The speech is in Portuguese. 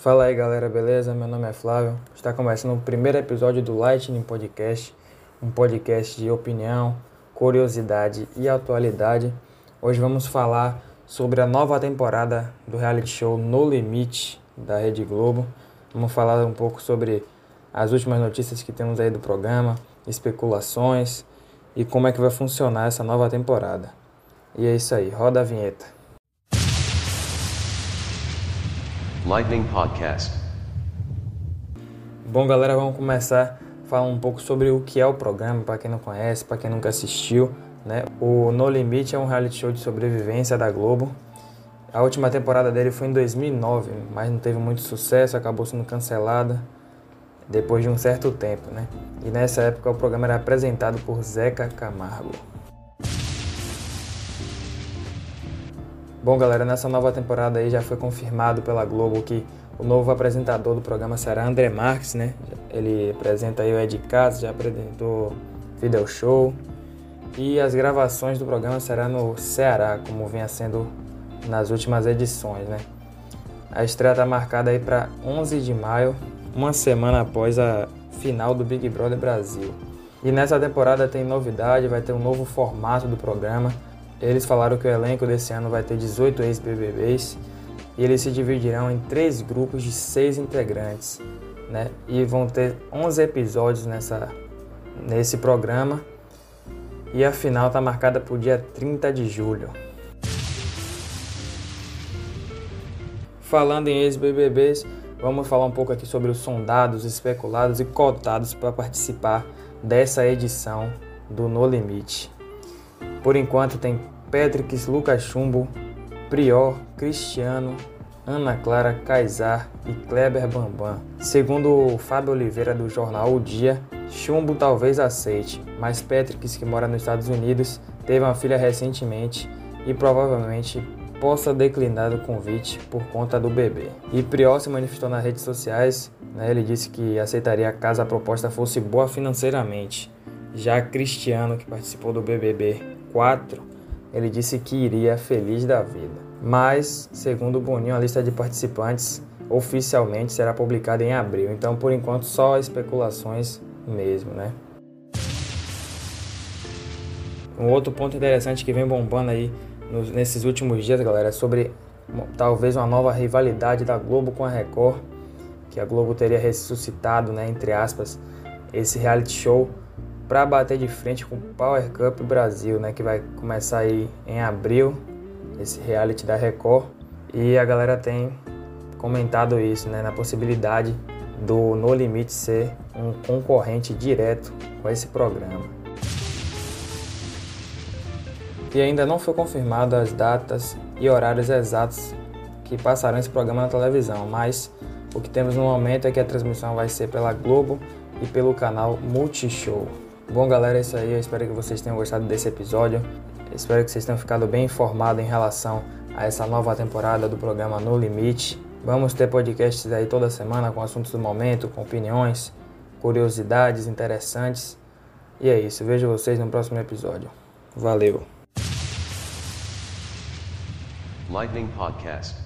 Fala aí galera, beleza? Meu nome é Flávio. Está começando o primeiro episódio do Lightning Podcast, um podcast de opinião, curiosidade e atualidade. Hoje vamos falar sobre a nova temporada do reality show No Limite da Rede Globo. Vamos falar um pouco sobre as últimas notícias que temos aí do programa, especulações e como é que vai funcionar essa nova temporada. E é isso aí, roda a vinheta. Lightning Podcast. Bom galera, vamos começar a falar um pouco sobre o que é o programa, para quem não conhece, para quem nunca assistiu, né? O No Limite é um reality show de sobrevivência da Globo. A última temporada dele foi em 2009, mas não teve muito sucesso, acabou sendo cancelada depois de um certo tempo, né? E nessa época o programa era apresentado por Zeca Camargo. Bom galera, nessa nova temporada aí já foi confirmado pela Globo que o novo apresentador do programa será André Marques, né? Ele apresenta aí o É de Casa, já apresentou Video Show. E as gravações do programa serão no Ceará, como vinha sendo nas últimas edições, né? A estreia está marcada aí para 11 de maio, uma semana após a final do Big Brother Brasil. E nessa temporada tem novidade, vai ter um novo formato do programa. Eles falaram que o elenco desse ano vai ter 18 ex-BBBs e eles se dividirão em 3 grupos de 6 integrantes, né? E vão ter 11 episódios nesse programa e a final está marcada para o dia 30 de julho. Falando em ex-BBBs, vamos falar um pouco aqui sobre os sondados, especulados e cotados para participar dessa edição do No Limite. Por enquanto tem Patrick, Lucas Chumbo, Prior, Cristiano, Ana Clara, Kaysar e Kleber Bambam. Segundo o Fábio Oliveira do jornal O Dia, Chumbo talvez aceite, mas Patrick, que mora nos Estados Unidos, teve uma filha recentemente e provavelmente possa declinar o convite por conta do bebê. E Prior se manifestou nas redes sociais, né? Ele disse que aceitaria caso a proposta fosse boa financeiramente. Já Cristiano, que participou do BBB 4, ele disse que iria feliz da vida. Mas, segundo o Boninho, a lista de participantes oficialmente será publicada em abril. Então, por enquanto, só especulações mesmo, né? Um outro ponto interessante que vem bombando aí nesses últimos dias, galera, é sobre talvez uma nova rivalidade da Globo com a Record, que a Globo teria ressuscitado, né, entre aspas, esse reality show para bater de frente com o Power Cup Brasil, né, que vai começar aí em abril, esse reality da Record. E a galera tem comentado isso, né, na possibilidade do No Limite ser um concorrente direto com esse programa. E ainda não foi confirmado as datas e horários exatos que passarão esse programa na televisão, mas o que temos no momento é que a transmissão vai ser pela Globo e pelo canal Multishow. Bom galera, é isso aí, eu espero que vocês tenham gostado desse episódio, eu espero que vocês tenham ficado bem informados em relação a essa nova temporada do programa No Limite. Vamos ter podcasts aí toda semana com assuntos do momento, com opiniões, curiosidades interessantes. E é isso, vejo vocês no próximo episódio. Valeu! Lightning Podcast.